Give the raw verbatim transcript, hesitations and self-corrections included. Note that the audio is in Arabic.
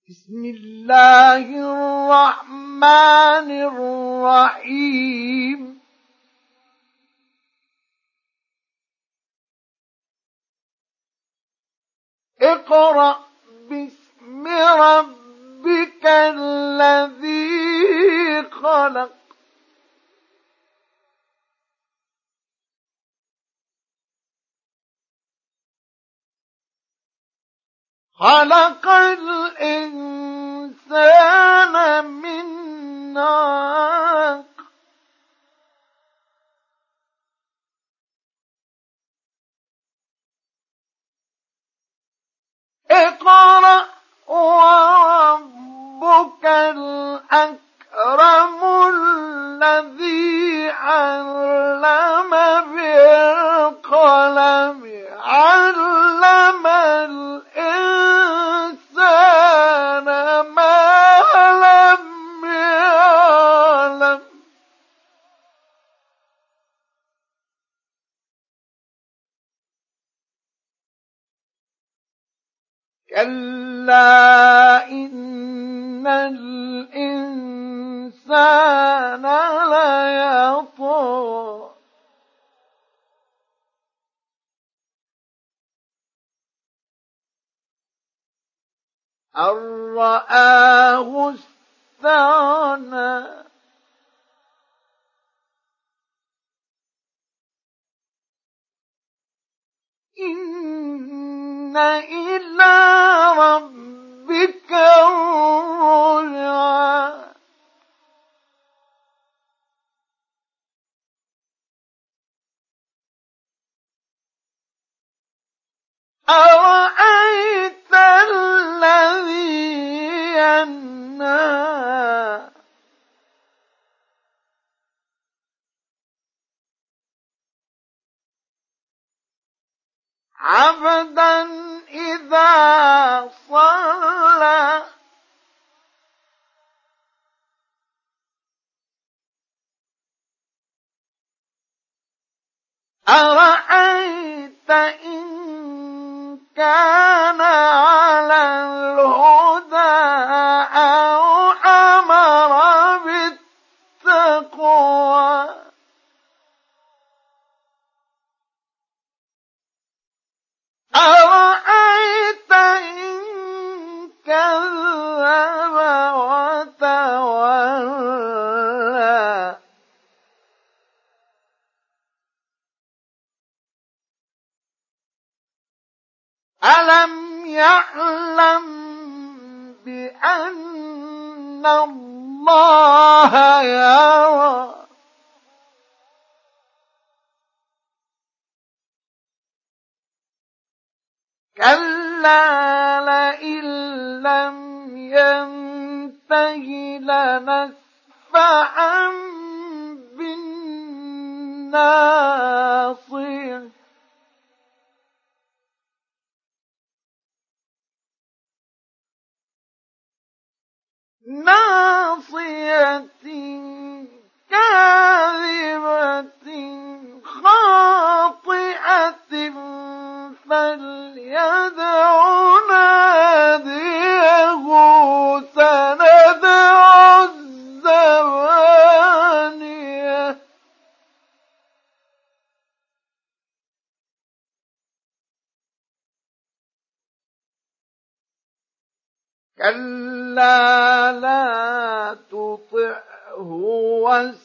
بسم الله الرحمن الرحيم اقرأ باسم ربك الذي خلق خلق الإنسان من علق اقرأ وربك الأكرم الذي علم بالقلم علم الإنسان ما لم يعلم كلا إن الإنسان ليطغى أن رآه استغنى إن إلى ربك الرجعى أرأيت الذي ينهى عبدا إذا صلى أرأيت إن كان على الهدى أو أمر بالتقوى أرأيت إن كذب وتولى ألم يعلم بأن الله يرى كلا لئن لم ينته لنسفعا بالناصية ناصية كاذبة خاطئة فليدع ناديه سندع الزبانية كلا لا تطعه